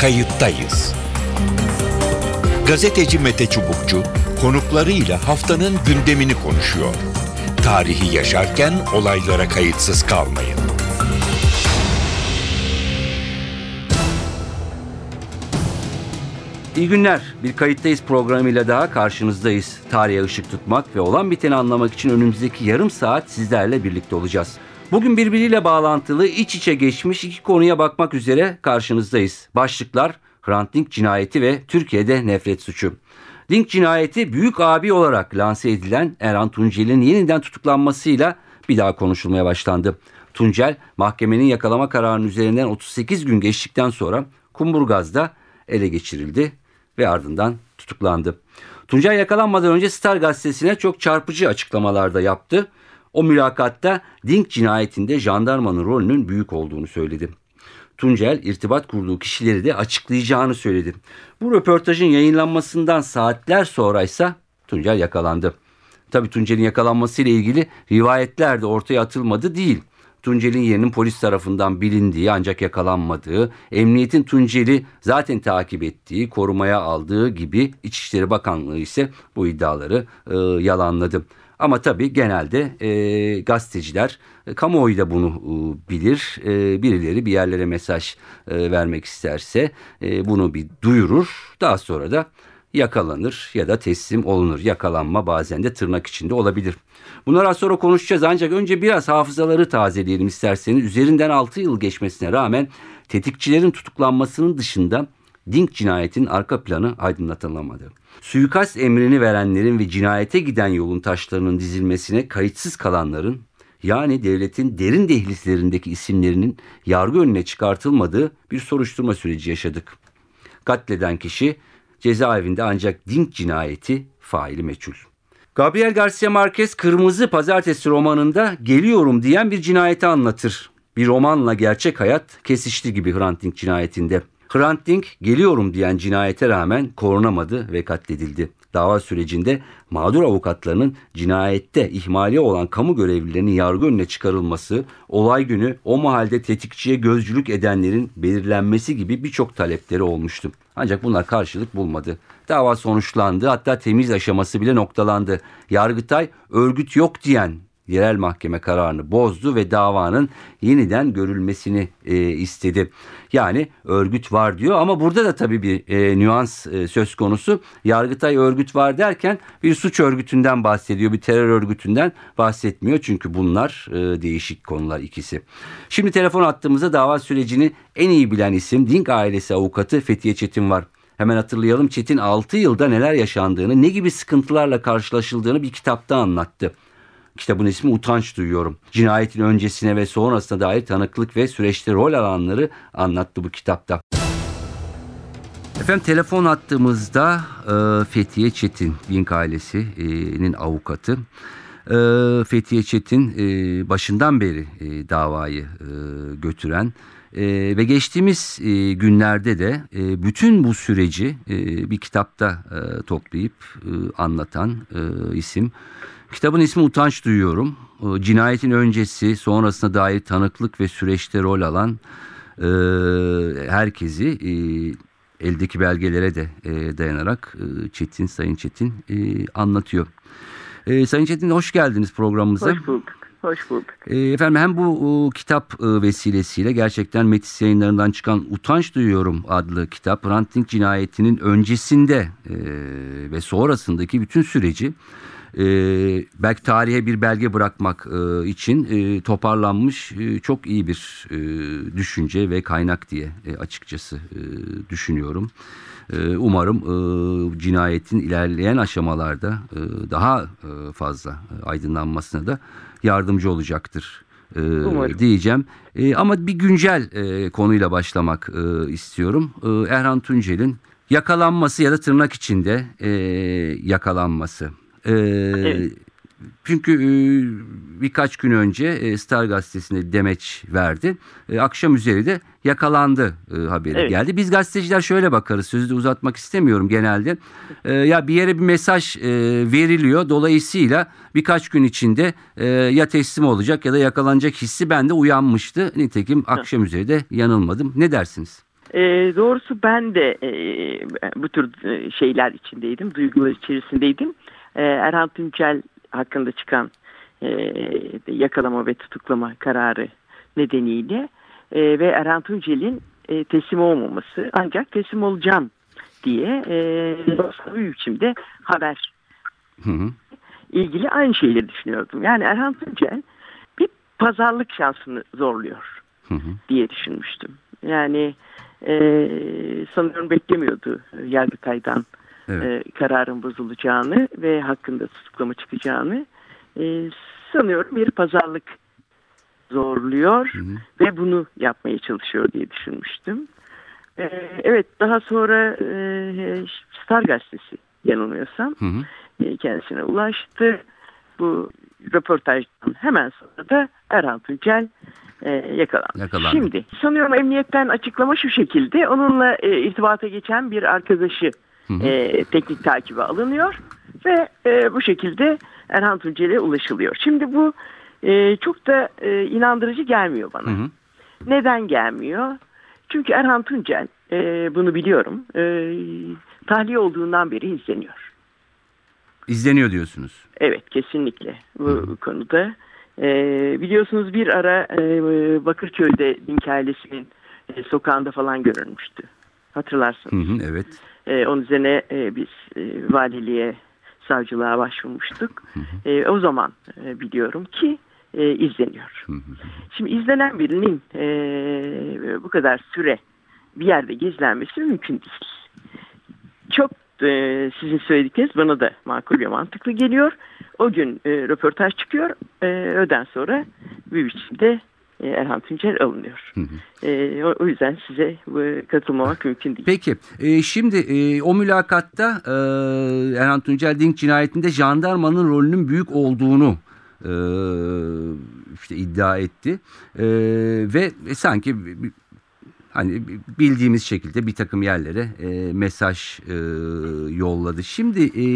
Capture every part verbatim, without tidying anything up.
Kayıttayız. Gazeteci Mete Çubukçu konuklarıyla haftanın gündemini konuşuyor. Tarihi yaşarken olaylara kayıtsız kalmayın. İyi günler. Bir Kayıttayız programıyla daha karşınızdayız. Tarihe ışık tutmak ve olan biteni anlamak için önümüzdeki yarım saat sizlerle birlikte olacağız. Bugün birbiriyle bağlantılı, iç içe geçmiş iki konuya bakmak üzere karşınızdayız. Başlıklar: Hrant Dink cinayeti ve Türkiye'de nefret suçu. Dink cinayeti büyük abi olarak lanse edilen Erhan Tuncel'in yeniden tutuklanmasıyla bir daha konuşulmaya başlandı. Tuncel, mahkemenin yakalama kararının üzerinden otuz sekiz gün geçtikten sonra Kumburgaz'da ele geçirildi ve ardından tutuklandı. Tuncel yakalanmadan önce Star gazetesine çok çarpıcı açıklamalar da yaptı. O mülakatta Dink cinayetinde jandarmanın rolünün büyük olduğunu söyledi. Tuncel irtibat kurduğu kişileri de açıklayacağını söyledi. Bu röportajın yayınlanmasından saatler sonraysa Tuncel yakalandı. Tabii Tuncel'in yakalanmasıyla ilgili rivayetler de ortaya atılmadı değil. Tuncel'in yerinin polis tarafından bilindiği ancak yakalanmadığı, emniyetin Tuncel'i zaten takip ettiği, korumaya aldığı gibi İçişleri Bakanlığı ise bu iddiaları e, yalanladı. Ama tabii genelde e, gazeteciler, e, kamuoyu da bunu e, bilir. E, birileri bir yerlere mesaj e, vermek isterse e, bunu bir duyurur. Daha sonra da yakalanır ya da teslim olunur. Yakalanma bazen de tırnak içinde olabilir. Bunları az sonra konuşacağız, ancak önce biraz hafızaları tazeleyelim isterseniz. Üzerinden altı yıl geçmesine rağmen tetikçilerin tutuklanmasının dışında Dink cinayetinin arka planı aydınlatılamadı. Suikast emrini verenlerin ve cinayete giden yolun taşlarının dizilmesine kayıtsız kalanların, yani devletin derin dehlizlerindeki isimlerinin yargı önüne çıkartılmadığı bir soruşturma süreci yaşadık. Katleden kişi cezaevinde, ancak Dink cinayeti faili meçhul. Gabriel Garcia Marquez Kırmızı Pazartesi romanında geliyorum diyen bir cinayeti anlatır. Bir romanla gerçek hayat kesişti gibi Hrant Dink cinayetinde. Hrant Dink geliyorum diyen cinayete rağmen korunamadı ve katledildi. Dava sürecinde mağdur avukatlarının cinayette ihmali olan kamu görevlilerinin yargı önüne çıkarılması, olay günü o mahalde tetikçiye gözcülük edenlerin belirlenmesi gibi birçok talepleri olmuştu. Ancak bunlar karşılık bulmadı. Dava sonuçlandı, hatta temiz aşaması bile noktalandı. Yargıtay örgüt yok diyen yerel mahkeme kararını bozdu ve davanın yeniden görülmesini e, istedi. Yani örgüt var diyor ama burada da tabii bir e, nüans e, söz konusu. Yargıtay örgüt var derken bir suç örgütünden bahsediyor, bir terör örgütünden bahsetmiyor. Çünkü bunlar e, değişik konular ikisi. Şimdi telefon attığımızda dava sürecini en iyi bilen isim Dink ailesi avukatı Fethiye Çetin var. Hemen hatırlayalım, Çetin altı yılda neler yaşandığını, ne gibi sıkıntılarla karşılaşıldığını bir kitapta anlattı. Kitabın ismi Utanç Duyuyorum. Cinayetin öncesine ve sonrasına dair tanıklık ve süreçte rol alanları anlattı bu kitapta. Efendim, telefon attığımızda e, Fethiye Çetin, Dink ailesinin avukatı. E, Fethiye Çetin e, başından beri e, davayı e, götüren e, ve geçtiğimiz e, günlerde de e, bütün bu süreci e, bir kitapta e, toplayıp e, anlatan e, isim. Kitabın ismi Utanç Duyuyorum. Cinayetin öncesi, sonrasına dair tanıklık ve süreçte rol alan e, herkesi e, eldeki belgelere de e, dayanarak e, Çetin, Sayın Çetin e, anlatıyor. E, Sayın Çetin, hoş geldiniz programımıza. Hoş bulduk. Hoş bulduk. E, efendim, hem bu o, kitap e, vesilesiyle gerçekten Metis Yayınları'ndan çıkan Utanç Duyuyorum adlı kitap, Hrant Dink cinayetinin öncesinde e, ve sonrasındaki bütün süreci Ee, belki tarihe bir belge bırakmak e, için e, toparlanmış e, çok iyi bir e, düşünce ve kaynak diye e, açıkçası e, düşünüyorum. E, umarım e, cinayetin ilerleyen aşamalarda e, daha e, fazla e, aydınlanmasına da yardımcı olacaktır e, diyeceğim. E, ama bir güncel e, konuyla başlamak e, istiyorum. E, Erhan Tuncel'in yakalanması ya da tırnak içinde e, yakalanması. Ee, evet. Çünkü e, birkaç gün önce e, Star gazetesinde demeç verdi. E, akşam üzeri de yakalandı e, haberi evet. geldi. Biz gazeteciler şöyle bakarız, sözü de uzatmak istemiyorum genelde. E, ya bir yere bir mesaj e, veriliyor. Dolayısıyla birkaç gün içinde e, ya teslim olacak ya da yakalanacak hissi bende uyanmıştı. Nitekim akşam üzeri de yanılmadım. Ne dersiniz? E, doğrusu ben de e, bu tür şeyler içindeydim, duygular içerisindeydim. E, Erhan Tuncel hakkında çıkan e, yakalama ve tutuklama kararı nedeniyle e, ve Erhan Tuncel'in e, teslim olmaması, ancak teslim olacağım diye e, büyük biçimde haber Hı hı. ilgili aynı şeyleri düşünüyordum. Yani Erhan Tuncel bir pazarlık şansını zorluyor Hı hı. diye düşünmüştüm. Yani e, sanıyorum beklemiyordu Yargıtay'dan Evet. e, kararın bozulacağını ve hakkında tutuklama çıkacağını. E, sanıyorum bir pazarlık zorluyor Hı hı. ve bunu yapmaya çalışıyor diye düşünmüştüm. E, evet, daha sonra e, Star Gazetesi yanılmıyorsam Hı hı. e, kendisine ulaştı. Bu röportajdan hemen sonra da Erhan Tuncel e, yakalandı. Yakalandı. Şimdi sanıyorum emniyetten açıklama şu şekilde: onunla e, irtibata geçen bir arkadaşı Hı hı. e, teknik takibe alınıyor ve e, bu şekilde Erhan Tuncel'e ulaşılıyor. Şimdi bu e, çok da e, inandırıcı gelmiyor bana. Hı hı. Neden gelmiyor? Çünkü Erhan Tuncel, e, bunu biliyorum, e, tahliye olduğundan beri izleniyor. İzleniyor diyorsunuz. Evet, kesinlikle bu Hı. konuda. Ee, biliyorsunuz bir ara e, Bakırköy'de Dink ailesinin e, sokağında falan görülmüştü. Hatırlarsınız. Hı hı, evet. E, onun üzerine e, biz e, valiliğe, savcılığa başvurmuştuk. E, o zaman e, biliyorum ki e, izleniyor. Hı hı. Şimdi izlenen birinin e, bu kadar süre bir yerde gizlenmesi mümkün değil. Çok e, sizin söyledikleriniz bana da makul ve mantıklı geliyor. O gün e, röportaj çıkıyor. E, öden sonra bir biçimde e, Erhan Tuncel alınıyor. Hı hı. E, o, o yüzden size e, katılmamak mümkün değil. Peki e, şimdi e, o mülakatta e, Erhan Tuncel Dink cinayetinde jandarmanın rolünün büyük olduğunu e, işte iddia etti e, ve sanki hani bildiğimiz şekilde bir takım yerlere e, mesaj e, yolladı. Şimdi e,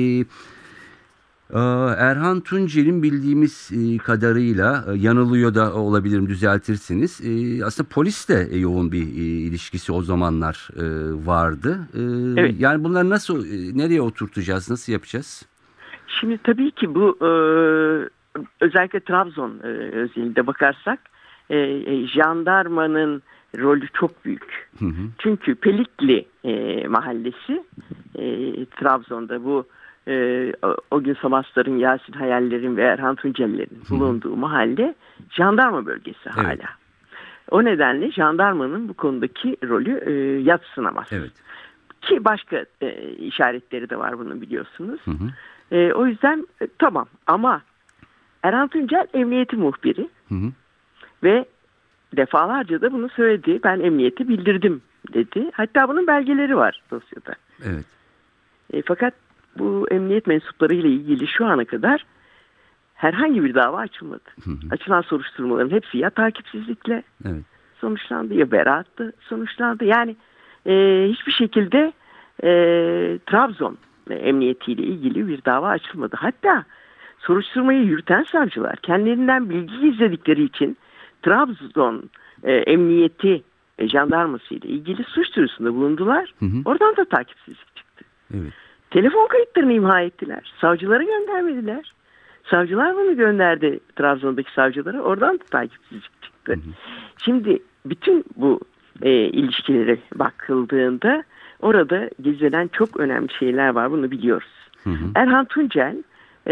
Erhan Tuncel'in bildiğimiz kadarıyla, yanılıyor da olabilirim, düzeltirsiniz, aslında polisle yoğun bir ilişkisi o zamanlar vardı. Evet. Yani bunları nasıl, nereye oturtacağız, nasıl yapacağız? Şimdi tabii ki bu e, özellikle Trabzon e, özelinde bakarsak e, jandarmanın rolü çok büyük. Hı hı. Çünkü Pelikli e, mahallesi e, Trabzon'da bu e, o, o gün Samasların, Yasin Hayaller'in ve Erhan Tuncel'lerin bulunduğu mahalle jandarma bölgesi Evet. hala. O nedenle jandarmanın bu konudaki rolü e, yadsınamaz. Evet. Ki başka e, işaretleri de var bunun, biliyorsunuz. Hı hı. E, o yüzden e, tamam, ama Erhan Tuncel emniyeti muhbiri Hı hı. ve defalarca da bunu söyledi. Ben emniyete bildirdim dedi. Hatta bunun belgeleri var dosyada. Evet. E, fakat bu emniyet mensuplarıyla ilgili şu ana kadar herhangi bir dava açılmadı. Hı hı. Açılan soruşturmaların hepsi ya takipsizlikle Evet. sonuçlandı ya beraatle sonuçlandı. Yani e, hiçbir şekilde e, Trabzon emniyetiyle ilgili bir dava açılmadı. Hatta soruşturmayı yürüten savcılar kendilerinden bilgi gizledikleri için Trabzon e, emniyeti e, jandarması ile ilgili suç duyurusunda bulundular. Hı hı. Oradan da takipsizlik çıktı. Evet. Telefon kayıtlarını imha ettiler. Savcılara göndermediler. Savcılar bunu gönderdi Trabzon'daki savcılara. Oradan da takipsizlik çıktı. Hı hı. Şimdi bütün bu e, ilişkilere bakıldığında orada gizlenen çok önemli şeyler var. Bunu biliyoruz. Hı hı. Erhan Tuncel e,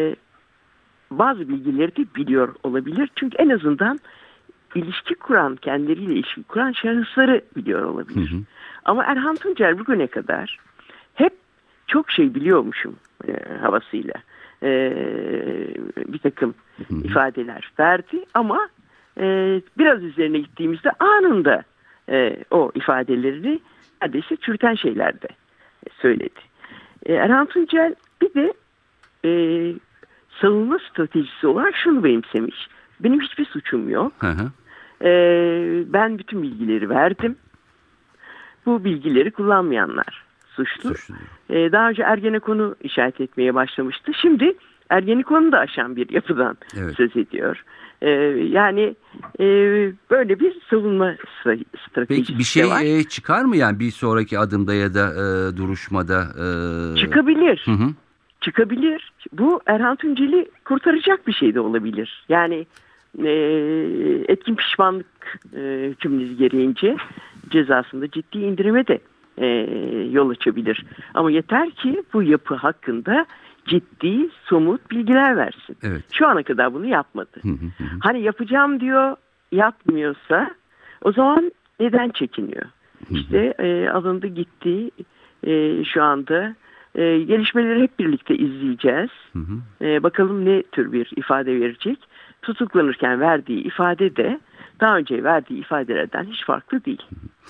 bazı bilgileri de biliyor olabilir. Çünkü en azından ilişki kuran, kendileriyle ilişki kuran şahısları biliyor olabilir. Hı hı. Ama Erhan Tuncel bugüne kadar hep çok şey biliyormuşum e, havasıyla e, bir takım Hı hı. ifadeler verdi. Ama e, biraz üzerine gittiğimizde anında e, o ifadelerini neredeyse çürüten şeyler de söyledi. E, Erhan Tuncel bir de e, savunma stratejisi olarak şunu benimsemiş: benim hiçbir suçum yok. Hı hı. Ee, ben bütün bilgileri verdim. Bu bilgileri kullanmayanlar suçlu. Suçlu. Ee, daha önce Ergenekon'u işaret etmeye başlamıştı. Şimdi Ergenekon'u da aşan bir yapıdan Evet. söz ediyor. E, yani e, böyle bir savunma stra- stratejisi Peki bir şey var. e, çıkar mı yani bir sonraki adımda ya da e, duruşmada? E... Çıkabilir. Hı hı. Çıkabilir. Bu Erhan Tuncel'i kurtaracak bir şey de olabilir. Yani e, etkin pişmanlık e, hükmünüz gereğince cezasında ciddi indirime de e, yol açabilir. Ama yeter ki bu yapı hakkında ciddi, somut bilgiler versin. Evet. Şu ana kadar bunu yapmadı. Hı hı hı. Hani yapacağım diyor, yapmıyorsa o zaman neden çekiniyor? İşte e, alındı gitti e, şu anda. E, gelişmeleri hep birlikte izleyeceğiz. Hı hı. E, bakalım ne tür bir ifade verecek. Tutuklanırken verdiği ifade de daha önce verdiği ifadelerden hiç farklı değil.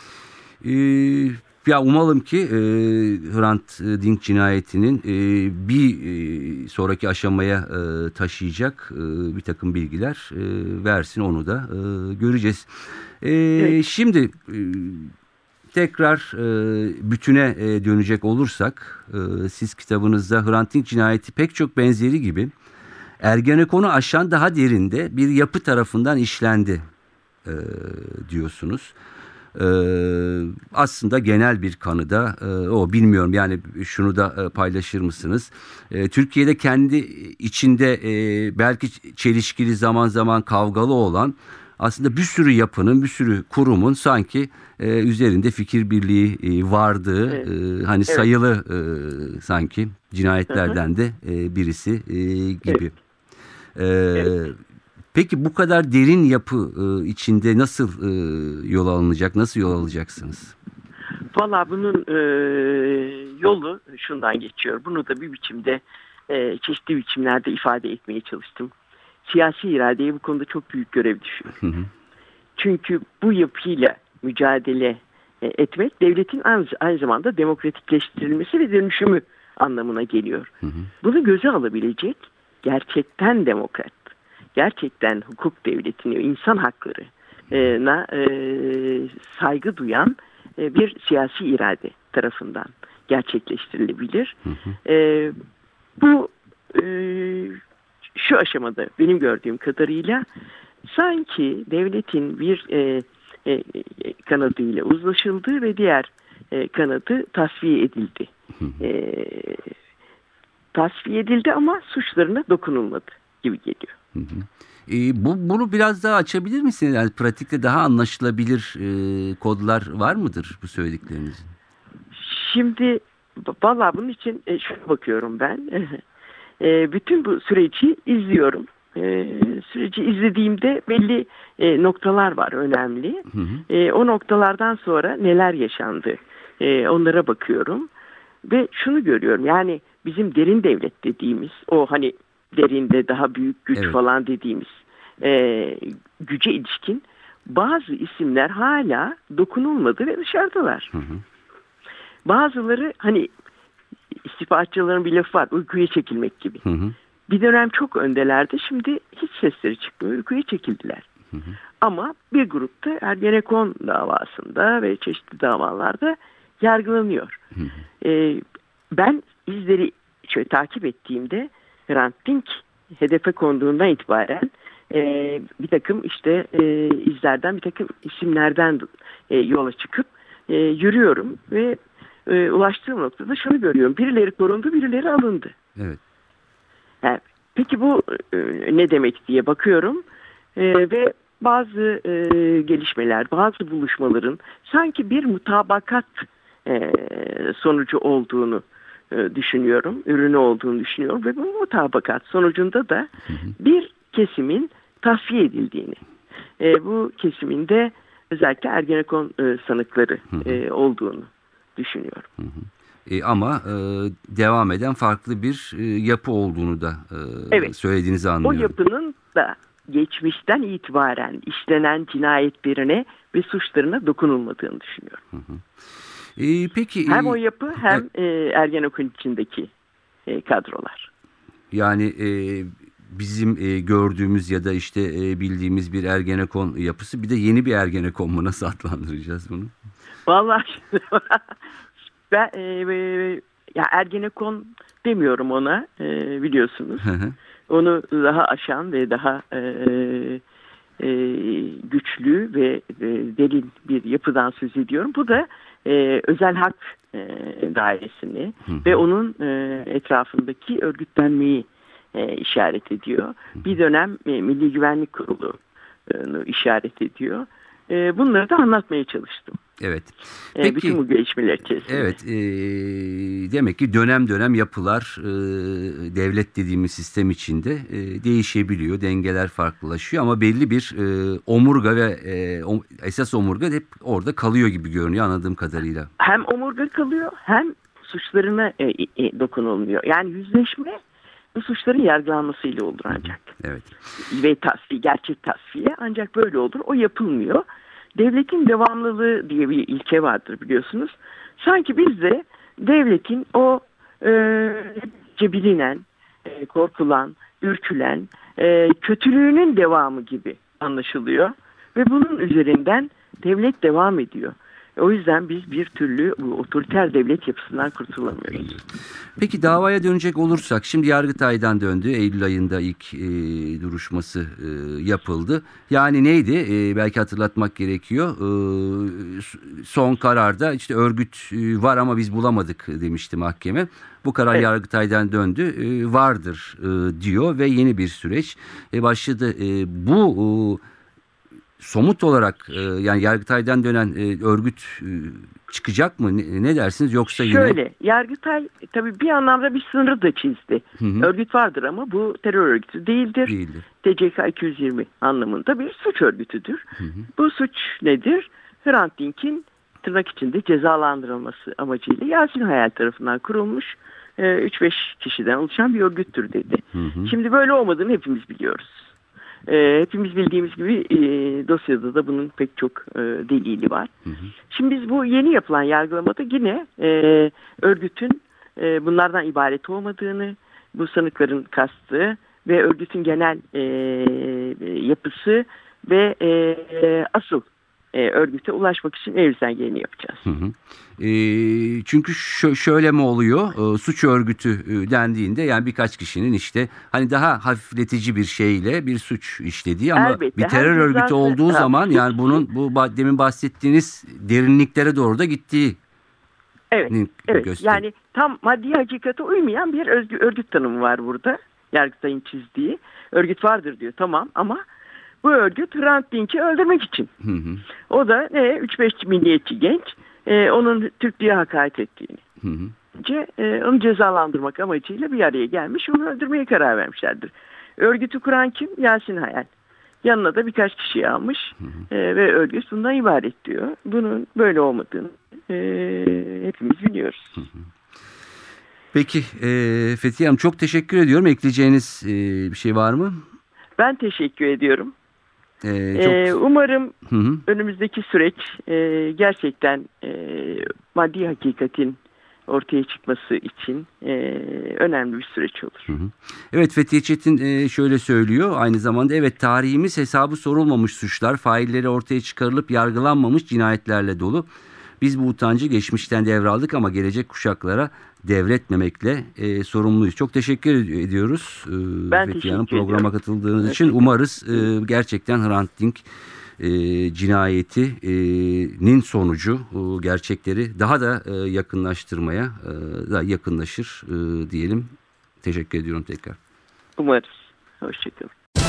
Ee, ya umalım ki e, Hrant Dink cinayetinin e, bir e, sonraki aşamaya e, taşıyacak e, bir takım bilgiler e, versin, onu da e, göreceğiz. E, Evet. Şimdi e, tekrar e, bütüne e, dönecek olursak, e, siz kitabınızda Hrant Dink cinayeti pek çok benzeri gibi Ergenekon'u aşan daha derinde bir yapı tarafından işlendi e, diyorsunuz. Ee, aslında genel bir kanıda e, o, bilmiyorum yani, şunu da e, paylaşır mısınız? E, Türkiye'de kendi içinde e, belki çelişkili, zaman zaman kavgalı olan aslında bir sürü yapının, bir sürü kurumun sanki e, üzerinde fikir birliği e, vardığı, Evet. e, hani Evet. sayılı e, sanki cinayetlerden de e, birisi e, gibi. Evet. E, Peki bu kadar derin yapı e, içinde nasıl e, yol alınacak, nasıl yol alacaksınız? Valla bunun e, yolu şundan geçiyor. Bunu da bir biçimde e, çeşitli biçimlerde ifade etmeye çalıştım. Siyasi iradeye bu konuda çok büyük görev düşüyor. Hı hı. Çünkü bu yapıyla mücadele e, etmek devletin aynı, aynı zamanda demokratikleştirilmesi ve dönüşümü anlamına geliyor. Hı hı. Bunu göze alabilecek gerçekten demokrat, gerçekten hukuk devletini, insan haklarına e, saygı duyan e, bir siyasi irade tarafından gerçekleştirilebilir. Hı hı. E, bu e, şu aşamada benim gördüğüm kadarıyla sanki devletin bir e, e, kanadıyla uzlaşıldı ve diğer e, kanadı tasfiye edildi. Hı hı. E, tasfiye edildi ama suçlarına dokunulmadı gibi geliyor. Hı hı. E, bu bunu biraz daha açabilir misiniz? Yani pratikte daha anlaşılabilir e, kodlar var mıdır bu söylediklerinizin? Şimdi vallahi bunun için e, şuna bakıyorum ben. e, bütün bu süreci izliyorum. E, süreci izlediğimde belli e, noktalar var önemli. Hı hı. E, o noktalardan sonra neler yaşandı e, onlara bakıyorum. Ve şunu görüyorum, yani bizim derin devlet dediğimiz, o hani derinde daha büyük güç, evet, falan dediğimiz e, güce ilişkin bazı isimler hala dokunulmadı ve dışarıdalar. Hı hı. Bazıları, hani istihbaratçıların bir lafı var, uykuya çekilmek gibi. Hı hı. Bir dönem çok öndelerdi, şimdi hiç sesleri çıkmıyor, uykuya çekildiler. Hı hı. Ama bir grupta Ergenekon davasında ve çeşitli davalarda yargılanıyor. Hı hı. Ee, ben izleri şöyle takip ettiğimde Hrant Dink hedefe konduğundan itibaren e, bir takım işte e, izlerden, bir takım isimlerden e, yola çıkıp e, yürüyorum ve e, ulaştığım noktada şunu görüyorum: birileri korundu, birileri alındı. Evet. Yani, peki bu e, ne demek diye bakıyorum e, ve bazı e, gelişmeler, bazı buluşmaların sanki bir mutabakat e, sonucu olduğunu e, düşünüyorum, ürünü olduğunu düşünüyorum ve bu mutabakat sonucunda da hı hı. bir kesimin tasfiye edildiğini, e, bu kesimin de özellikle Ergenekon e, sanıkları hı hı. E, olduğunu düşünüyorum. Hı hı. E, ama e, devam eden farklı bir e, yapı olduğunu da e, evet, söylediğinizi anlıyorum. O yapının da geçmişten itibaren işlenen cinayetlerine ve suçlarına dokunulmadığını düşünüyorum. Hı hı. E, peki hem o yapı hem e, Ergenekon içindeki e, kadrolar. Yani e, bizim e, gördüğümüz ya da işte e, bildiğimiz bir Ergenekon yapısı, bir de yeni bir Ergenekon mu, nasıl adlandıracağız bunu? Vallahi ben e, e, ya Ergenekon demiyorum ona, e, biliyorsunuz. onu daha aşan ve daha e, e, güçlü ve e, derin bir yapıdan söz ediyorum. Bu da e, özel hak e, dairesini hı hı. ve onun e, etrafındaki örgütlenmeyi e, işaret ediyor. Hı hı. Bir dönem e, Milli Güvenlik Kurulu'nu işaret ediyor. E, bunları da anlatmaya çalıştım. Evet. Peki, e, bütün bu gelişmeler içerisinde. Evet. E, demek ki dönem dönem yapılar e, devlet dediğimiz sistem içinde e, değişebiliyor. Dengeler farklılaşıyor ama belli bir e, omurga ve e, o, esas omurga hep orada kalıyor gibi görünüyor anladığım kadarıyla. Hem omurga kalıyor hem suçlarına e, e, dokunulmuyor. Yani yüzleşme bu suçların yargılanmasıyla olur ancak. Evet. Ve tasfiye, gerçek tasfiye ancak böyle olur. O yapılmıyor. Devletin devamlılığı diye bir ilke vardır biliyorsunuz. Sanki bizde devletin o e, bilinen, e, korkulan, ürkülen, e, kötülüğünün devamı gibi anlaşılıyor. Ve bunun üzerinden devlet devam ediyor. O yüzden biz bir türlü bu otoriter devlet yapısından kurtulamıyoruz. Peki davaya dönecek olursak, şimdi Yargıtay'dan döndü. Eylül ayında ilk e, duruşması e, yapıldı. Yani neydi? E, belki hatırlatmak gerekiyor. E, son kararda işte örgüt e, var ama biz bulamadık demişti mahkeme. Bu karar evet. Yargıtay'dan döndü. E, vardır e, diyor ve yeni bir süreç e, başladı. E, bu e, somut olarak e, yani Yargıtay'dan dönen e, örgüt e, çıkacak mı? Ne, ne dersiniz? Yoksa yine... Şöyle, Yargıtay tabii bir anlamda bir sınırı da çizdi. Hı hı. Örgüt vardır ama bu terör örgütü değildir. değildir. T C K iki yüz yirmi anlamında bir suç örgütüdür. Hı hı. Bu suç nedir? Hrant Dink'in tırnak içinde cezalandırılması amacıyla Yasin Hayal tarafından kurulmuş üç beş kişiden oluşan bir örgüttür dedi. Hı hı. Şimdi böyle olmadığını hepimiz biliyoruz. E, hepimiz bildiğimiz gibi e, dosyada da bunun pek çok e, delili var. Hı hı. Şimdi biz bu yeni yapılan yargılamada yine e, örgütün e, bunlardan ibaret olmadığını, bu sanıkların kastı ve örgütün genel e, yapısı ve e, asıl e, örgüte ulaşmak için elimizden geleni yapacağız. Hı hı. E, çünkü şö- şöyle mi oluyor? E, suç örgütü e, dendiğinde yani birkaç kişinin işte hani daha hafifletici bir şeyle bir suç işlediği ama elbette, bir terör örgütü zaten, olduğu ha, zaman yani bunun bu demin bahsettiğiniz derinliklere doğru da gittiği. Evet. Evet. Göster- yani tam maddi hakikate uymayan bir örgüt, örgüt tanımı var burada. Yargıtay'ın çizdiği. Örgüt vardır diyor. Tamam ama bu örgüt Hrant Dink'i öldürmek için. Hı hı. O da ne? üç beş milliyetçi genç e, onun Türklüğe hakaret ettiğini. Hı hı. E, onu cezalandırmak amacıyla bir araya gelmiş. Onu öldürmeye karar vermişlerdir. Örgütü kuran kim? Yasin Hayal. Yanına da birkaç kişi almış. Hı hı. E, ve örgüt bundan ibaret diyor. Bunun böyle olmadığını e, hepimiz biliyoruz. Hı hı. Peki e, Fethiye Hanım çok teşekkür ediyorum. Ekleyeceğiniz e, bir şey var mı? Ben teşekkür ediyorum. Ee, çok... Ee, umarım hı hı. önümüzdeki süreç e, gerçekten e, maddi hakikatin ortaya çıkması için e, önemli bir süreç olur. Hı hı. Evet, Fethiye Çetin e, şöyle söylüyor aynı zamanda, evet tarihimiz hesabı sorulmamış suçlar, failleri ortaya çıkarılıp yargılanmamış cinayetlerle dolu. Biz bu utancı geçmişten devraldık ama gelecek kuşaklara devretmemekle e, sorumluyuz. Çok teşekkür ediyoruz e, ben Fethiye Hanım programa katıldığınız evet. için. Umarız e, gerçekten Hrant Dink e, cinayetinin sonucu e, gerçekleri daha da e, yakınlaştırmaya e, da yakınlaşır e, diyelim. Teşekkür ediyorum tekrar. Umarız. Hoşçakalın.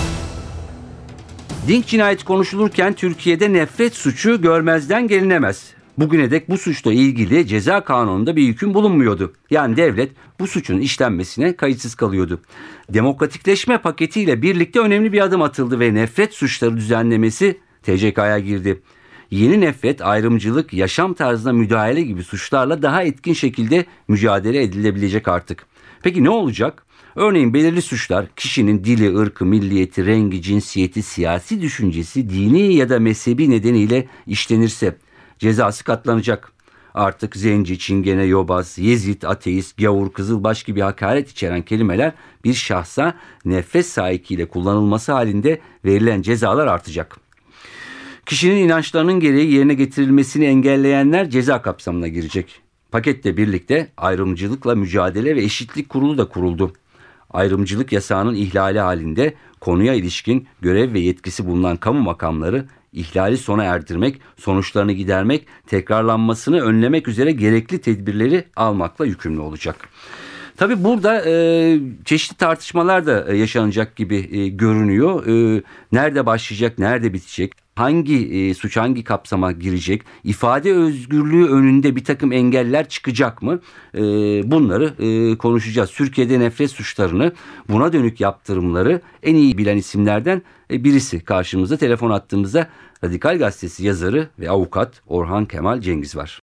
Dink cinayeti konuşulurken Türkiye'de nefret suçu görmezden gelinemez. Bugüne dek bu suçla ilgili ceza kanununda bir hüküm bulunmuyordu. Yani devlet bu suçun işlenmesine kayıtsız kalıyordu. Demokratikleşme paketiyle birlikte önemli bir adım atıldı ve nefret suçları düzenlemesi T C K'ya girdi. Yeni nefret, ayrımcılık, yaşam tarzına müdahale gibi suçlarla daha etkin şekilde mücadele edilebilecek artık. Peki ne olacak? Örneğin belirli suçlar kişinin dili, ırkı, milliyeti, rengi, cinsiyeti, siyasi düşüncesi, dini ya da mezhebi nedeniyle işlenirse cezası katlanacak. Artık zenci, çingene, yobaz, yezid, ateist, gavur, kızılbaş gibi hakaret içeren kelimeler bir şahsa nefret sahikiyle kullanılması halinde verilen cezalar artacak. Kişinin inançlarının gereği yerine getirilmesini engelleyenler ceza kapsamına girecek. Paketle birlikte ayrımcılıkla mücadele ve eşitlik kurulu da kuruldu. Ayrımcılık yasağının ihlali halinde konuya ilişkin görev ve yetkisi bulunan kamu makamları ihlali sona erdirmek, sonuçlarını gidermek, tekrarlanmasını önlemek üzere gerekli tedbirleri almakla yükümlü olacak. Tabii burada e, çeşitli tartışmalar da e, yaşanacak gibi e, görünüyor. E, nerede başlayacak, nerede bitecek? Hangi e, suç hangi kapsama girecek? İfade özgürlüğü önünde bir takım engeller çıkacak mı? E, bunları e, konuşacağız. Türkiye'de nefret suçlarını, buna dönük yaptırımları en iyi bilen isimlerden e, birisi karşımızda. Telefon attığımızda Radikal Gazetesi yazarı ve avukat Orhan Kemal Cengiz var.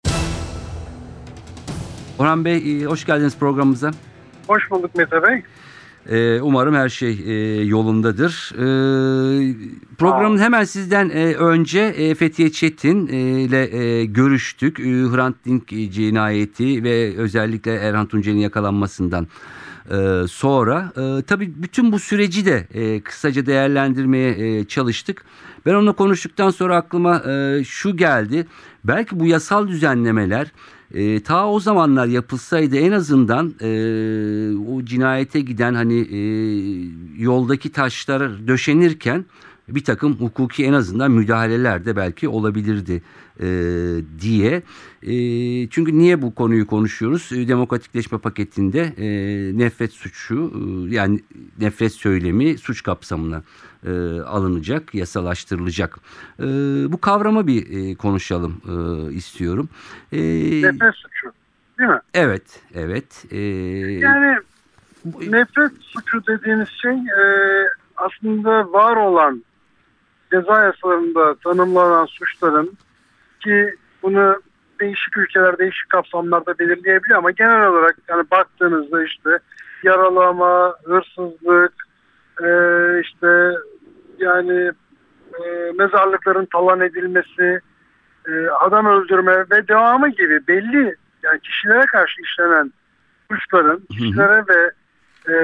Orhan Bey, hoş geldiniz programımıza. Hoş bulduk Mete Bey. Ee, umarım her şey e, yolundadır. Ee, programın hemen sizden e, önce e, Fethiye Çetin e, ile e, görüştük. E, Hrant Dink cinayeti ve özellikle Erhan Tuncel'in yakalanmasından e, sonra. E, tabii bütün bu süreci de e, kısaca değerlendirmeye e, çalıştık. Ben onunla konuştuktan sonra aklıma e, şu geldi. Belki bu yasal düzenlemeler E, ta o zamanlar yapılsaydı en azından e, o cinayete giden hani e, yoldaki taşlar döşenirken bir takım hukuki en azından müdahaleler de belki olabilirdi e, diye. E, çünkü niye bu konuyu konuşuyoruz? E, demokratikleşme paketinde e, nefret suçu e, yani nefret söylemi suç kapsamına e, alınacak, yasalaştırılacak. E, bu kavramı bir e, konuşalım e, istiyorum. E, Nefret suçu değil mi? evet, evet. E, Yani nefret suçu dediğiniz şey e, aslında var olan ceza yasalarında tanımlanan suçların, ki bunu değişik ülkeler değişik kapsamlarda belirleyebiliyor ama genel olarak yani baktığınızda işte yaralama, hırsızlık, e, işte yani e, mezarlıkların talan edilmesi, e, adam öldürme ve devamı gibi belli yani kişilere karşı işlenen suçların kişilere ve e,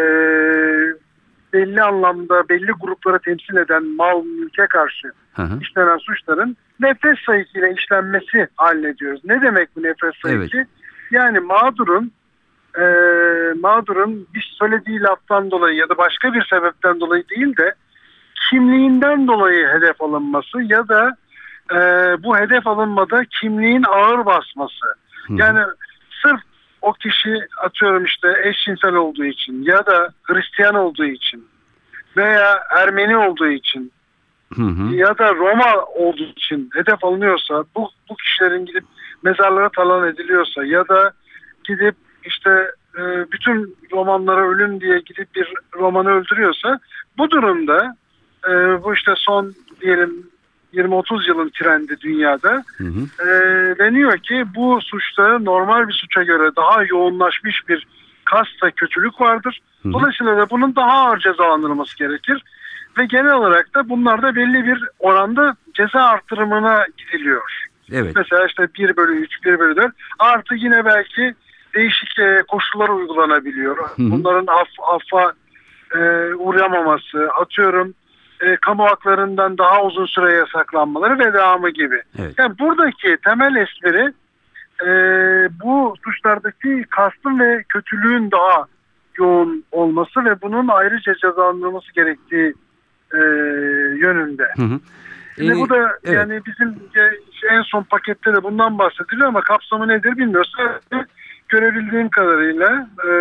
belli anlamda belli grupları temsil eden mal mülke karşı hı hı. işlenen suçların nefret sayısıyla işlenmesi haline diyoruz. Ne demek bu nefret sayısı? Evet. Yani mağdurun e, mağdurun bir söylediği laftan dolayı ya da başka bir sebepten dolayı değil de kimliğinden dolayı hedef alınması ya da e, bu hedef alınmada kimliğin ağır basması. Hı. Yani sırf o kişi atıyorum işte eşcinsel olduğu için ya da Hristiyan olduğu için veya Ermeni olduğu için Hı hı. ya da Roma olduğu için hedef alınıyorsa, bu, bu kişilerin gidip mezarlara talan ediliyorsa ya da gidip işte e, bütün romanlara ölüm diye gidip bir romanı öldürüyorsa, bu durumda e, bu işte son diyelim yirmi otuz yılın trendi dünyada Hı hı. e, deniyor ki bu suçta normal bir suça göre daha yoğunlaşmış bir kasta kötülük vardır. Hı hı. Dolayısıyla da bunun daha ağır cezalandırılması gerekir. Ve genel olarak da bunlarda belli bir oranda ceza artırımına gidiliyor. Evet. Mesela işte bir bölü üç, bir bölü dört artı yine belki değişik e, koşullar uygulanabiliyor. Hı hı. Bunların aff, affa e, uğramaması, atıyorum e, kamu haklarından daha uzun süre yasaklanmaları ve devamı gibi. Evet. Yani buradaki temel espri e, bu suçlardaki kastın ve kötülüğün daha yoğun olması ve bunun ayrıca cezalandırılması gerektiği e, yönünde. Hı hı. Şimdi Ee, bu da evet. yani bizim en son pakette de bundan bahsediliyor ama kapsamı nedir bilmiyoruz. Görebildiğim kadarıyla e,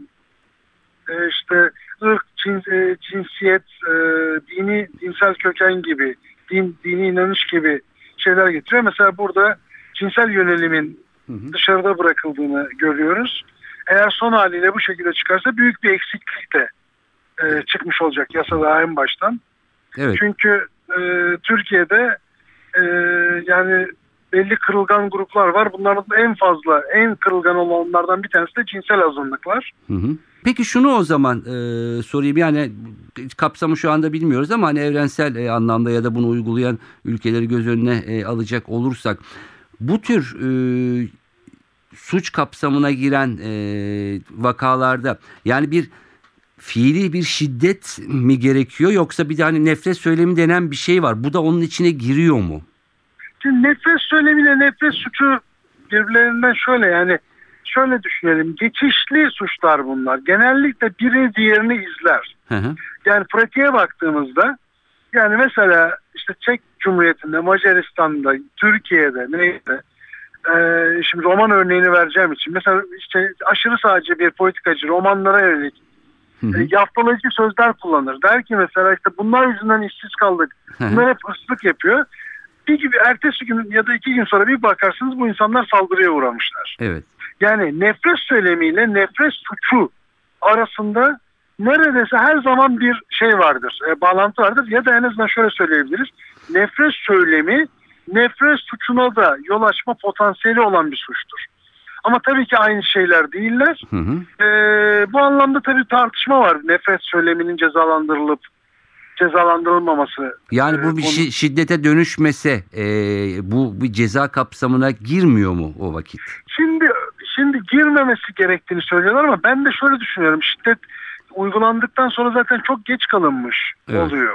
e, işte ırk, cins, e, cinsiyet, e, dini, dinsel köken gibi, din, dini inanış gibi şeyler getiriyor. Mesela burada cinsel yönelimin Hı hı. dışarıda bırakıldığını görüyoruz. Eğer son haliyle bu şekilde çıkarsa büyük bir eksiklik de e, çıkmış olacak yasada en baştan. Evet. Çünkü e, Türkiye'de e, yani belli kırılgan gruplar var. Bunların en fazla, en kırılgan olanlardan bir tanesi de cinsel azınlıklar. Hı hı. Peki şunu o zaman e, sorayım, yani kapsamı şu anda bilmiyoruz ama hani evrensel e, anlamda ya da bunu uygulayan ülkeleri göz önüne e, alacak olursak bu tür e, suç kapsamına giren e, vakalarda yani bir fiili bir şiddet mi gerekiyor yoksa bir de hani nefret söylemi denen bir şey var. Bu da onun içine giriyor mu? Şimdi nefret söylemiyle nefret suçu birbirlerinden şöyle yani şöyle düşünelim. Geçişli suçlar bunlar. Genellikle biri diğerini izler. Hı hı. Yani pratiğe baktığımızda yani mesela işte Çek Cumhuriyeti'nde, Macaristan'da, Türkiye'de neyse e, şimdi roman örneğini vereceğim için mesela işte aşırı sağcı bir politikacı romanlara yönelik Hı hı. e, yaftalayıcı sözler kullanır. Der ki mesela işte bunlar yüzünden işsiz kaldık. Hı hı. Bunlar hep hırsızlık yapıyor. Bir gibi ertesi gün ya da iki gün sonra bir bakarsınız bu insanlar saldırıya uğramışlar. Evet. Yani nefret söylemiyle nefret suçu arasında neredeyse her zaman bir şey vardır, e, bağlantı vardır ya da en azından şöyle söyleyebiliriz. Nefret söylemi, nefret suçuna da yol açma potansiyeli olan bir suçtur. Ama tabii ki aynı şeyler değiller. Hı hı. E, bu anlamda tabii tartışma var. Nefret söyleminin cezalandırılıp cezalandırılmaması. Yani e, bu bir konu- şi- şiddete dönüşmese e, bu bir ceza kapsamına girmiyor mu o vakit? Şimdi şimdi girmemesi gerektiğini söylüyorlar ama ben de şöyle düşünüyorum. Şiddet uygulandıktan sonra zaten çok geç kalınmış Evet. oluyor.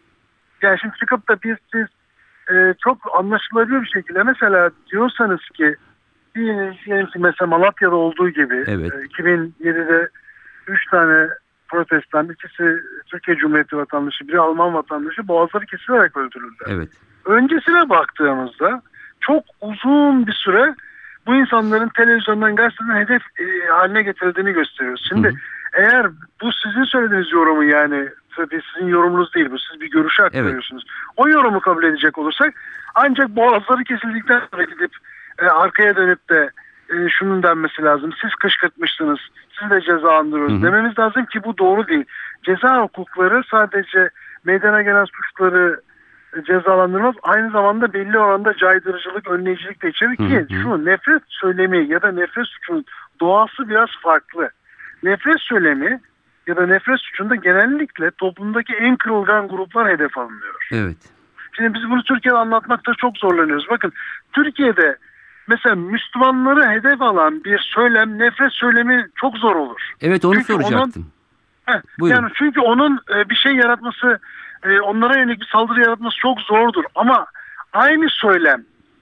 Yani şimdi çıkıp da biz siz e, çok anlaşılabilir bir şekilde mesela diyorsanız ki diyelim diyelim ki mesela Malatya'da olduğu gibi Evet. e, iki bin yedide üç tane protestan, ikisi Türkiye Cumhuriyeti vatandaşı, biri Alman vatandaşı boğazları kesilerek öldürüldü. Evet. Öncesine baktığımızda çok uzun bir süre bu insanların televizyondan, gazeteden hedef e, haline getirildiğini gösteriyoruz. Şimdi Hı hı. eğer bu sizin söylediğiniz yorumu yani tabii sizin yorumunuz değil bu, siz bir görüşü aktarıyorsunuz. O yorumu kabul edecek olursak ancak boğazları kesildikten sonra gidip e, arkaya dönüp de e, şunun denmesi lazım. Siz kışkırtmışsınız, siz de cezalandırıyoruz Hı hı. dememiz lazım ki bu doğru değil. Ceza hukukları sadece meydana gelen suçları cezalandırmaz. Aynı zamanda belli oranda caydırıcılık, önleyicilik de içerir ki Hı hı. şu nefret söylemi ya da nefret suçunun doğası biraz farklı. Nefret söylemi ya da nefret suçunda genellikle toplumdaki en kırılgan gruplar hedef alınıyor. Evet. Şimdi biz bunu Türkiye'de anlatmakta çok zorlanıyoruz. Bakın Türkiye'de mesela Müslümanları hedef alan bir söylem, nefret söylemi çok zor olur. Evet onu Çünkü onun- soracaktım. Heh, Buyurun. yani çünkü onun e, bir şey yaratması, e, onlara yönelik bir saldırı yaratması çok zordur. Ama aynı söylem,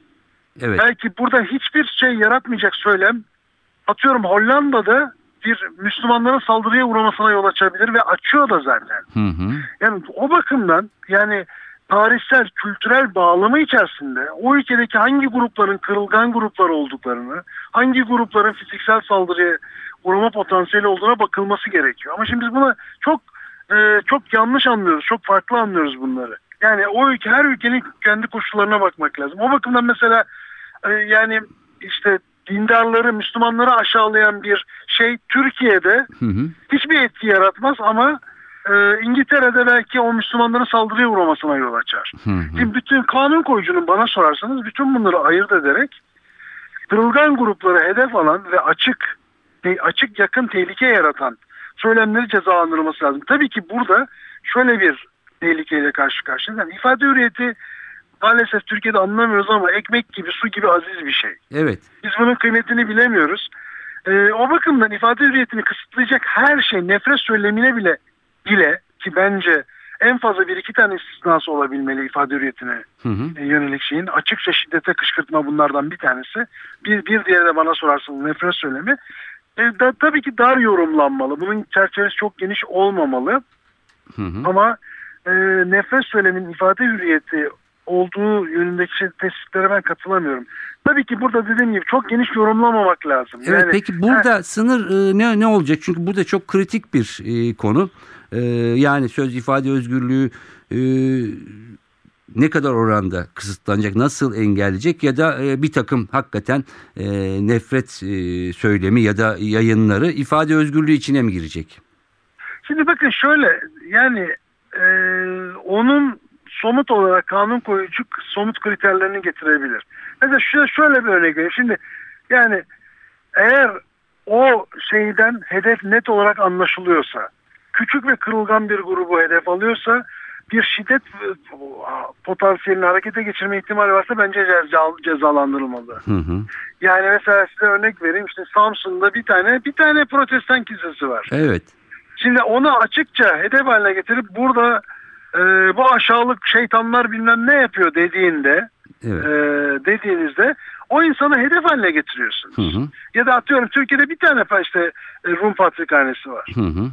Evet. belki burada hiçbir şey yaratmayacak söylem, atıyorum Hollanda'da bir Müslümanların saldırıya uğramasına yol açabilir ve açıyor da zaten. Hı hı. Yani o bakımdan yani tarihsel, kültürel bağlamı içerisinde o ülkedeki hangi grupların kırılgan gruplar olduklarını, hangi grupların fiziksel saldırıya uğrama potansiyeli olduğuna bakılması gerekiyor. Ama şimdi biz buna çok e, çok yanlış anlıyoruz, çok farklı anlıyoruz bunları. Yani o ülke, her ülkenin kendi koşullarına bakmak lazım. O bakımdan mesela e, yani işte dindarları, Müslümanları aşağılayan bir şey Türkiye'de Hı hı. hiçbir etki yaratmaz ama e, İngiltere'de belki o Müslümanların saldırıya uğramasına yol açar. Hı hı. Şimdi bütün kanun koyucunun bana sorarsanız bütün bunları ayırt ederek kırılgan grupları hedef alan ve açık te- açık yakın tehlike yaratan söylemleri cezalandırılması lazım. Tabii ki burada şöyle bir tehlikeyle karşı karşıyayız. Yani ifade hürriyeti maalesef Türkiye'de anlamıyoruz ama ekmek gibi, su gibi aziz bir şey. Evet. Biz bunun kıymetini bilemiyoruz. Ee, o bakımdan ifade hürriyetini kısıtlayacak her şey nefret söylemine bile bile ki bence en fazla bir iki tane istisnası olabilmeli ifade hürriyetine Hı hı. e, yönelik şeyin. Açıkça şiddete kışkırtma bunlardan bir tanesi. Bir, bir diğeri de bana sorarsanız nefret söylemi. E, da, tabii ki dar yorumlanmalı. Bunun çerçevesi çok geniş olmamalı. Hı hı. Ama e, nefret söylemin ifade hürriyeti olduğu yönündeki şey, tespitlere ben katılamıyorum. Tabii ki burada dediğim gibi çok geniş yorumlamamak lazım. Evet Yani, peki burada ha, sınır e, ne ne olacak? Çünkü burada çok kritik bir e, konu. E, yani söz ifade özgürlüğü e, ne kadar oranda kısıtlanacak, nasıl engelleyecek ya da e, bir takım hakikaten e, nefret e, söylemi ya da yayınları ifade özgürlüğü içine mi girecek? Şimdi bakın şöyle yani e, onun somut olarak kanun koyucu somut kriterlerini getirebilir. Mesela şöyle, şöyle bir örnek vereyim. Şimdi yani eğer o şeyden hedef net olarak anlaşılıyorsa, küçük ve kırılgan bir grubu hedef alıyorsa, bir şiddet potansiyelini harekete geçirme ihtimali varsa bence ceza, cezalandırılmalı. Hı hı. Yani mesela size örnek vereyim. İşte Samsun'da bir tane bir tane protestan kilisesi var. Evet. Şimdi onu açıkça hedef haline getirip burada e, bu aşağılık şeytanlar bilmem ne yapıyor dediğinde Evet. e, dediğinizde o insanı hedef haline getiriyorsunuz. Hı hı. Ya da atıyorum Türkiye'de bir tane işte e, Rum patrikhanesi var. Hı hı.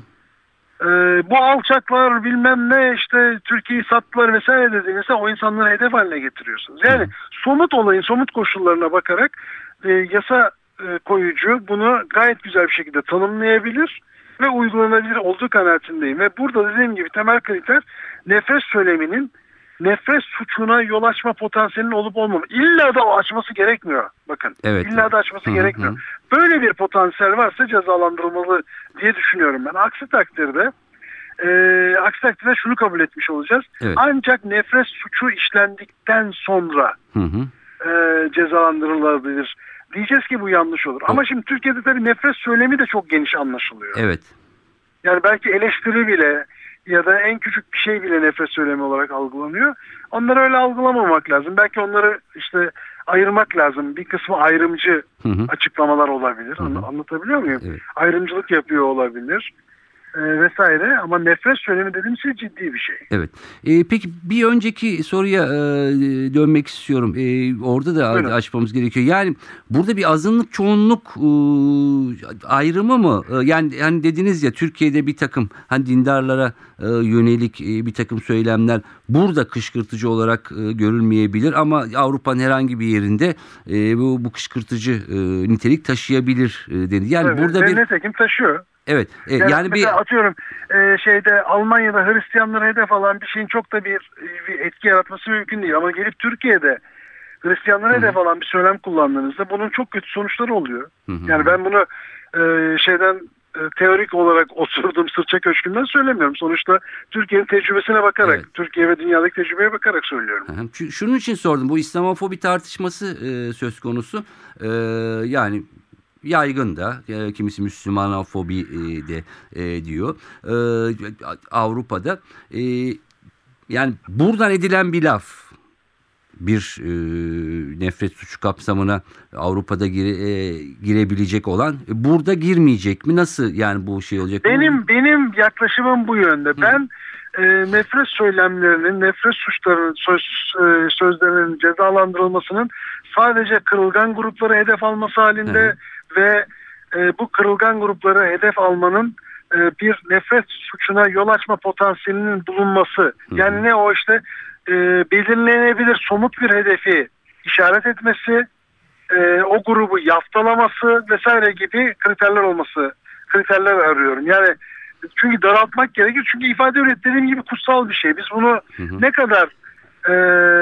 Ee, bu alçaklar bilmem ne işte Türkiye'yi sattılar vesaire dediğinizde o insanları hedef haline getiriyorsunuz. Yani somut olayın somut koşullarına bakarak e, yasa e, koyucu bunu gayet güzel bir şekilde tanımlayabilir ve uygulanabilir olduğu kanaatindeyim. Ve burada dediğim gibi temel kriter nefret söyleminin nefret suçuna yol açma potansiyelinin olup olmaması. İlla da o açması gerekmiyor. Bakın. Evet. İlla da açması Hı hı. gerekmiyor. Böyle bir potansiyel varsa cezalandırılmalı diye düşünüyorum ben. Aksi takdirde e, aksi takdirde şunu kabul etmiş olacağız. Evet. Ancak nefret suçu işlendikten sonra Hı hı. e, cezalandırılabilir. Diyeceğiz ki bu yanlış olur. Ama şimdi Türkiye'de tabii nefret söylemi de çok geniş anlaşılıyor. Evet. Yani belki eleştiri bile ya da en küçük bir şey bile nefret söylemi olarak algılanıyor. Onları öyle algılamamak lazım. Belki onları işte ayırmak lazım. Bir kısmı ayrımcı Hı hı. açıklamalar olabilir. Hı hı. Anla- Anlatabiliyor muyum? Evet. Ayrımcılık yapıyor olabilir. Ee, vesaire. Ama nefret söylemi dediğim şey ciddi bir şey. Evet. Ee, peki bir önceki soruya e, dönmek istiyorum. E, orada da Buyurun. açmamız gerekiyor. Yani burada bir azınlık çoğunluk e, ayrımı mı? E, yani hani dediniz ya Türkiye'de bir takım hani dindarlara e, yönelik e, bir takım söylemler burada kışkırtıcı olarak e, görülmeyebilir ama Avrupa'nın herhangi bir yerinde e, bu, bu kışkırtıcı e, nitelik taşıyabilir e, dedi. Yani Evet, burada ve bir nitekim taşıyor. evet e, Yani, yani bir mesela atıyorum e, şeyde Almanya'da Hristiyanlara hedef alan bir şeyin çok da bir, bir etki yaratması mümkün değil. Ama gelip Türkiye'de Hristiyanlara hedef alan bir söylem kullandığınızda bunun çok kötü sonuçları oluyor. Hı hı. Yani ben bunu e, şeyden e, teorik olarak oturduğum sırça köşkünden söylemiyorum. Sonuçta Türkiye'nin tecrübesine bakarak, Evet. Türkiye ve dünyadaki tecrübeye bakarak söylüyorum. Hı hı. Şu- Şunun için sordum. Bu İslamofobi tartışması e, söz konusu. E, yani yaygın da e, kimisi Müslümanofobi e, de e, diyor. E, Avrupa'da e, yani buradan edilen bir laf bir e, nefret suçu kapsamına Avrupa'da gire, e, girebilecek olan e, burada girmeyecek mi? Nasıl yani bu şey olacak? Benim benim yaklaşımım bu yönde. Ben e, nefret söylemlerinin, nefret suçlarının, söz, e, sözlerinin cezalandırılmasının sadece kırılgan grupları hedef alması halinde Hı hı. ve e, bu kırılgan grupları hedef almanın e, bir nefret suçuna yol açma potansiyelinin bulunması. Hı hı. Yani ne o işte e, belirlenebilir somut bir hedefi işaret etmesi, e, o grubu yaftalaması vesaire gibi kriterler olması, kriterler arıyorum. Yani çünkü daraltmak gerekir. Çünkü ifade hürriyeti dediğim gibi kutsal bir şey. Biz bunu Hı hı. ne kadar e,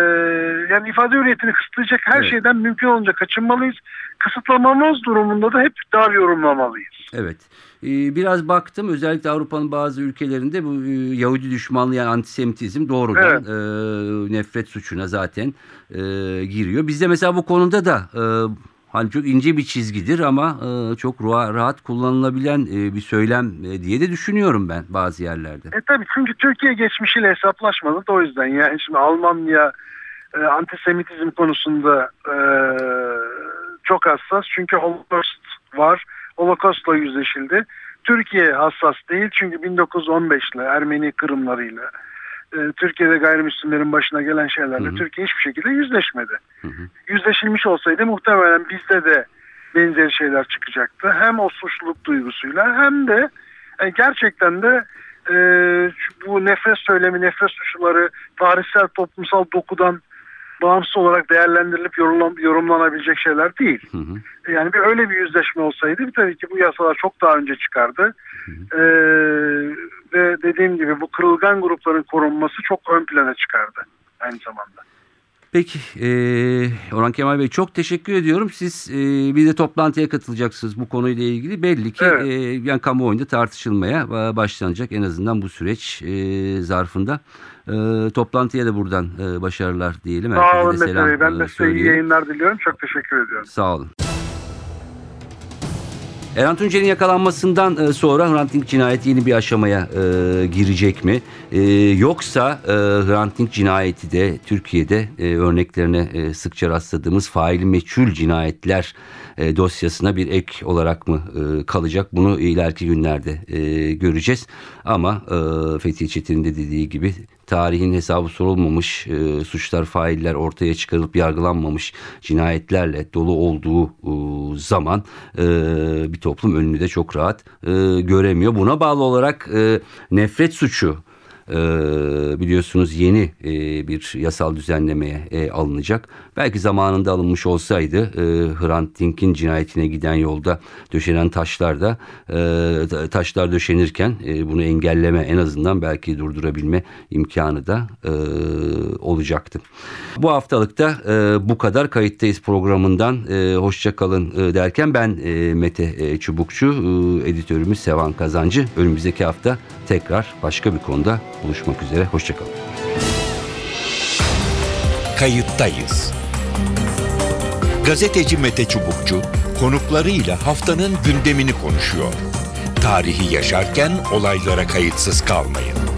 yani ifade hürriyetini kısıtlayacak her Evet. şeyden mümkün olunca kaçınmalıyız. Kısıtlamamız durumunda da hep dar yorumlamalıyız. Evet. Ee, Biraz baktım özellikle Avrupa'nın bazı ülkelerinde bu e, Yahudi düşmanlığı yani antisemitizm doğrudan Evet. e, nefret suçuna zaten e, giriyor. Bizde mesela bu konuda da e, hani çok ince bir çizgidir ama e, çok ra- rahat kullanılabilen e, bir söylem e, diye de düşünüyorum ben bazı yerlerde. E tabii çünkü Türkiye geçmişiyle hesaplaşmadı da o yüzden. Yani şimdi Almanya e, antisemitizm konusunda e, çok hassas. Çünkü Holocaust var. Holocaust'la yüzleşildi. Türkiye hassas değil çünkü bin dokuz yüz on beşle Ermeni kırımlarıyla e, Türkiye'de gayrimüslimlerin başına gelen şeylerle Hı hı. Türkiye hiçbir şekilde yüzleşmedi. Hı hı. Yüzleşilmiş olsaydı muhtemelen bizde de benzeri şeyler çıkacaktı. Hem o suçluluk duygusuyla hem de e, gerçekten de e, bu nefret söylemi, nefret suçları tarihsel, toplumsal dokudan bağımsız olarak değerlendirilip yorumlan, yorumlanabilecek şeyler değil. Hı hı. Yani bir öyle bir yüzleşme olsaydı tabii ki bu yasalar çok daha önce çıkardı. Ee, ve dediğim gibi bu kırılgan grupların korunması çok ön plana çıkardı aynı zamanda. Peki e, Orhan Kemal Bey çok teşekkür ediyorum. Siz e, bir de toplantıya katılacaksınız bu konuyla ilgili. Belli ki Evet. e, yani kamuoyunda tartışılmaya e, başlanacak en azından bu süreç e, zarfında. E, toplantıya da buradan e, başarılar diyelim. Sağ Herkese olun de Mete selam Bey. Ben e, de size iyi söyleyelim. yayınlar diliyorum. Çok teşekkür ediyorum. Sağ olun. Erhan Tuncel'in yakalanmasından e, sonra Hrant Dink cinayeti yeni bir aşamaya e, girecek mi? E, yoksa e, Hrant Dink cinayeti de Türkiye'de e, örneklerine e, sıkça rastladığımız faili meçhul cinayetler e, dosyasına bir ek olarak mı e, kalacak? Bunu ileriki günlerde e, göreceğiz. Ama e, Fethiye Çetin'in de dediği gibi tarihin hesabı sorulmamış, e, suçlar, failler ortaya çıkarılıp yargılanmamış cinayetlerle dolu olduğu e, zaman e, bir toplum önünü de çok rahat e, göremiyor. Buna bağlı olarak e, nefret suçu e, biliyorsunuz yeni e, bir yasal düzenlemeye e, alınacak. Belki zamanında alınmış olsaydı e, Hrant Dink'in cinayetine giden yolda döşenen taşlar da e, taşlar döşenirken e, bunu engelleme, en azından belki durdurabilme imkanı da e, olacaktı. Bu haftalıkta e, bu kadar. Kayıttayız programından e, hoşça kalın e, derken ben e, Mete e, Çubukçu, e, editörümüz Sevan Kazancı. Önümüzdeki hafta tekrar başka bir konuda buluşmak üzere. Hoşça kalın. Kayıttayız. Gazeteci Mete Çubukçu konuklarıyla haftanın gündemini konuşuyor. Tarihi yaşarken olaylara kayıtsız kalmayın.